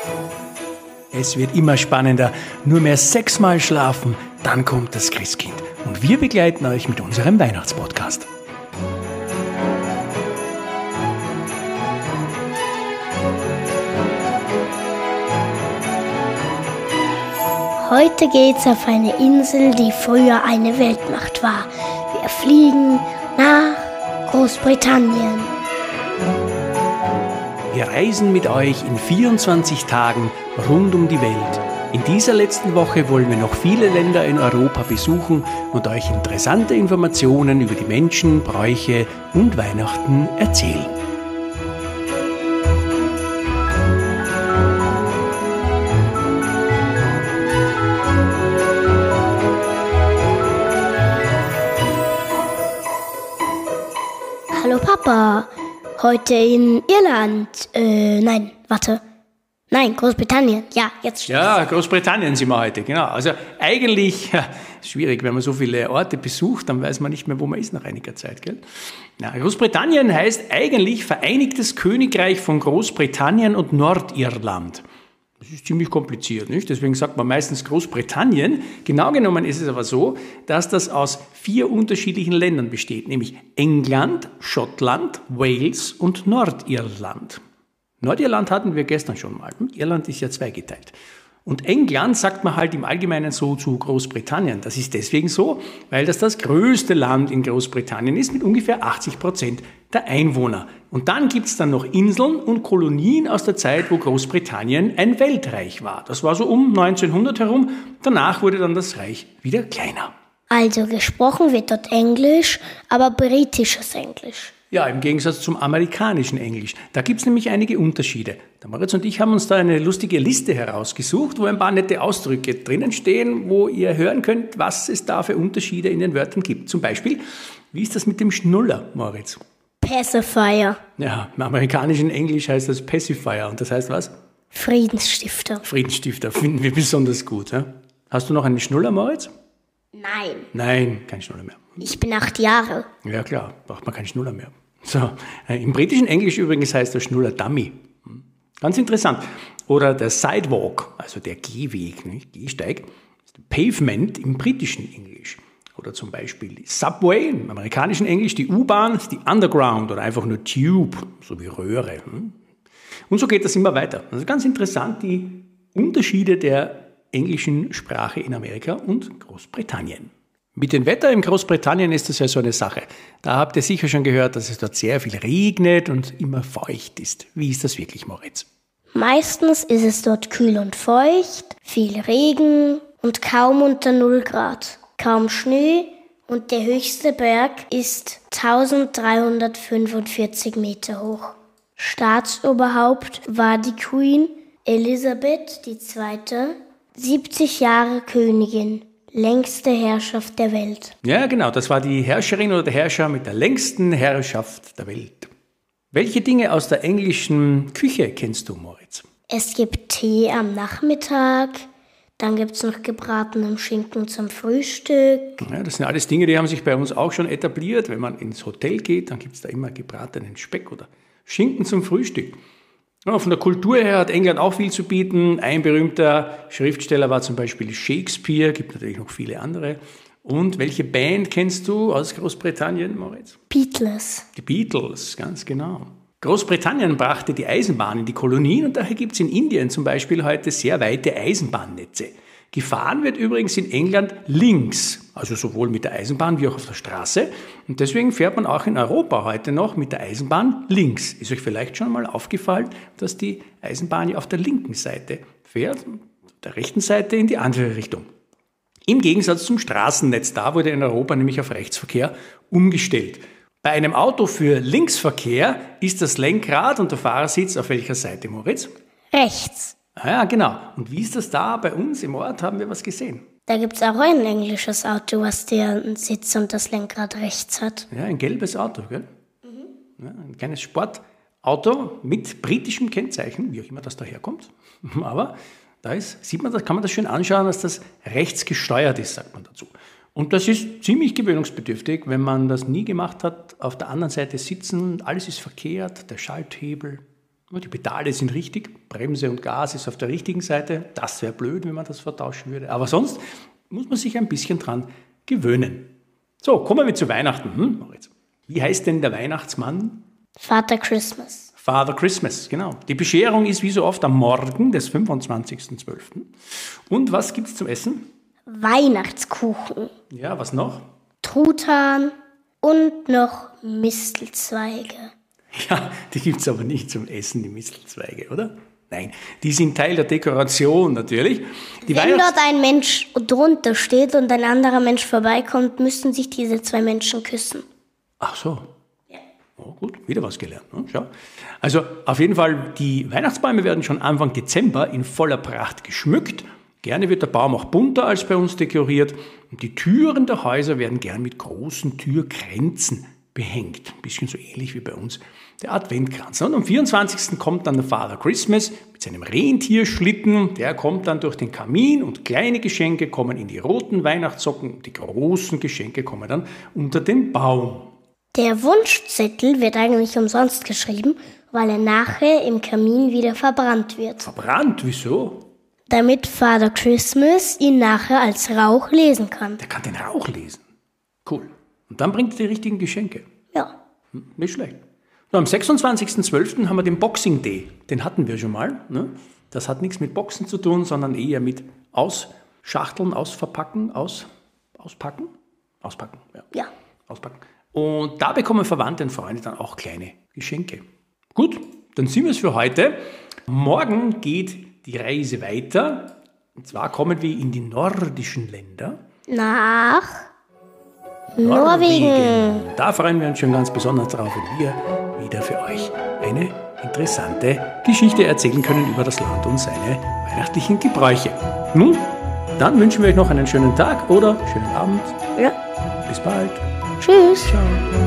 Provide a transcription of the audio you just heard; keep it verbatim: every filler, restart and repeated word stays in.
Es wird immer spannender. Nur mehr sechsmal schlafen, dann kommt das Christkind. Und wir begleiten euch mit unserem Weihnachtspodcast. Heute geht's auf eine Insel, die früher eine Weltmacht war. Wir fliegen nach Großbritannien. Wir reisen mit euch in vierundzwanzig Tagen rund um die Welt. In dieser letzten Woche wollen wir noch viele Länder in Europa besuchen und euch interessante Informationen über die Menschen, Bräuche und Weihnachten erzählen. Hallo Papa, heute in Irland, äh, nein, warte, nein, Großbritannien, ja, jetzt stimmt's. Ja, Großbritannien sind wir heute, genau. Also eigentlich, ja, schwierig, wenn man so viele Orte besucht, dann weiß man nicht mehr, wo man ist nach einiger Zeit, gell? Na, Großbritannien heißt eigentlich Vereinigtes Königreich von Großbritannien und Nordirland. Das ist ziemlich kompliziert, nicht? Deswegen sagt man meistens Großbritannien. Genau genommen ist es aber so, dass das aus vier unterschiedlichen Ländern besteht, nämlich England, Schottland, Wales und Nordirland. Nordirland hatten wir gestern schon mal. Irland ist ja zweigeteilt. Und England sagt man halt im Allgemeinen so zu Großbritannien. Das ist deswegen so, weil das das größte Land in Großbritannien ist mit ungefähr achtzig Prozent der Einwohner. Und dann gibt's dann noch Inseln und Kolonien aus der Zeit, wo Großbritannien ein Weltreich war. Das war so um neunzehnhundert herum. Danach wurde dann das Reich wieder kleiner. Also gesprochen wird dort Englisch, aber britisches Englisch. Ja, im Gegensatz zum amerikanischen Englisch. Da gibt's nämlich einige Unterschiede. Der Moritz und ich haben uns da eine lustige Liste herausgesucht, wo ein paar nette Ausdrücke drinnen stehen, wo ihr hören könnt, was es da für Unterschiede in den Wörtern gibt. Zum Beispiel, wie ist das mit dem Schnuller, Moritz? Pacifier. Ja, im amerikanischen Englisch heißt das Pacifier. Und das heißt was? Friedensstifter. Friedensstifter, finden wir besonders gut. Ja? Hast du noch einen Schnuller, Moritz? Nein. Nein, kein Schnuller mehr. Ich bin acht Jahre. Ja klar, braucht man keinen Schnuller mehr. So, äh, im britischen Englisch übrigens heißt der Schnuller Dummy. Hm. Ganz interessant. Oder der Sidewalk, also der Gehweg, nicht? Gehsteig, Pavement im britischen Englisch. Oder zum Beispiel die Subway im amerikanischen Englisch, die U-Bahn, die Underground oder einfach nur Tube, so wie Röhre. Hm. Und so geht das immer weiter. Also ganz interessant, die Unterschiede der englischen Sprache in Amerika und Großbritannien. Mit dem Wetter in Großbritannien ist das ja so eine Sache. Da habt ihr sicher schon gehört, dass es dort sehr viel regnet und immer feucht ist. Wie ist das wirklich, Moritz? Meistens ist es dort kühl und feucht, viel Regen und kaum unter null Grad. Kaum Schnee und der höchste Berg ist eintausenddreihundertfünfundvierzig Meter hoch. Staatsoberhaupt war die Queen Elisabeth die Zweite, siebzig Jahre Königin. Längste Herrschaft der Welt. Ja, genau, das war die Herrscherin oder der Herrscher mit der längsten Herrschaft der Welt. Welche Dinge aus der englischen Küche kennst du, Moritz? Es gibt Tee am Nachmittag, dann gibt es noch gebratenen Schinken zum Frühstück. Ja, das sind alles Dinge, die haben sich bei uns auch schon etabliert. Wenn man ins Hotel geht, dann gibt es da immer gebratenen Speck oder Schinken zum Frühstück. Ja, von der Kultur her hat England auch viel zu bieten. Ein berühmter Schriftsteller war zum Beispiel Shakespeare, gibt natürlich noch viele andere. Und welche Band kennst du aus Großbritannien, Moritz? Beatles. Die Beatles, ganz genau. Großbritannien brachte die Eisenbahn in die Kolonien und daher gibt es in Indien zum Beispiel heute sehr weite Eisenbahnnetze. Gefahren wird übrigens in England links, also sowohl mit der Eisenbahn wie auch auf der Straße. Und deswegen fährt man auch in Europa heute noch mit der Eisenbahn links. Ist euch vielleicht schon mal aufgefallen, dass die Eisenbahn ja auf der linken Seite fährt, auf der rechten Seite in die andere Richtung. Im Gegensatz zum Straßennetz, da wurde in Europa nämlich auf Rechtsverkehr umgestellt. Bei einem Auto für Linksverkehr ist das Lenkrad und der Fahrersitz auf welcher Seite, Moritz? Rechts. Ah ja, genau. Und wie ist das da bei uns im Ort? Haben wir was gesehen? Da gibt es auch ein englisches Auto, was den Sitz und das Lenkrad rechts hat. Ja, ein gelbes Auto, gell? Mhm. Ja, ein kleines Sportauto mit britischem Kennzeichen, wie auch immer das daherkommt. Aber da ist, sieht man, da kann man das schön anschauen, dass das rechts gesteuert ist, sagt man dazu. Und das ist ziemlich gewöhnungsbedürftig, wenn man das nie gemacht hat, auf der anderen Seite sitzen, alles ist verkehrt, der Schalthebel. Die Pedale sind richtig, Bremse und Gas ist auf der richtigen Seite. Das wäre blöd, wenn man das vertauschen würde. Aber sonst muss man sich ein bisschen dran gewöhnen. So, kommen wir zu Weihnachten. Hm, Moritz. Wie heißt denn der Weihnachtsmann? Father Christmas. Father Christmas, genau. Die Bescherung ist wie so oft am Morgen des fünfundzwanzigsten zwölften Und was gibt's zum Essen? Weihnachtskuchen. Ja, was noch? Truthahn und noch Mistelzweige. Ja, die gibt's aber nicht zum Essen, die Mistelzweige, oder? Nein, die sind Teil der Dekoration natürlich. Die Wenn dort ein Mensch drunter steht und ein anderer Mensch vorbeikommt, müssen sich diese zwei Menschen küssen. Ach so. Ja. Oh, gut, wieder was gelernt. Ne? Schau. Also auf jeden Fall, die Weihnachtsbäume werden schon Anfang Dezember in voller Pracht geschmückt. Gerne wird der Baum auch bunter als bei uns dekoriert. Und die Türen der Häuser werden gern mit großen Türkränzen behängt. Ein bisschen so ähnlich wie bei uns der Adventkranz. Und am vierundzwanzigsten kommt dann der Father Christmas mit seinem Rentierschlitten. Der kommt dann durch den Kamin und kleine Geschenke kommen in die roten Weihnachtssocken. Und die großen Geschenke kommen dann unter den Baum. Der Wunschzettel wird eigentlich umsonst geschrieben, weil er nachher im Kamin wieder verbrannt wird. Verbrannt? Wieso? Damit Father Christmas ihn nachher als Rauch lesen kann. Der kann den Rauch lesen. Cool. Und dann bringt er die richtigen Geschenke. Ja. Hm, nicht schlecht. So, am sechsundzwanzigsten zwölften haben wir den Boxing Day. Den hatten wir schon mal. Ne? Das hat nichts mit Boxen zu tun, sondern eher mit Ausschachteln, Ausverpacken, aus, Auspacken? Auspacken, ja. Ja. Auspacken. Und da bekommen Verwandte und Freunde dann auch kleine Geschenke. Gut, dann sind wir es für heute. Morgen geht die Reise weiter. Und zwar kommen wir in die nordischen Länder. Nach Norwegen. Norwegen. Da freuen wir uns schon ganz besonders drauf, wenn wir wieder für euch eine interessante Geschichte erzählen können über das Land und seine weihnachtlichen Gebräuche. Nun, dann wünschen wir euch noch einen schönen Tag oder schönen Abend. Ja. Bis bald. Tschüss. Ciao.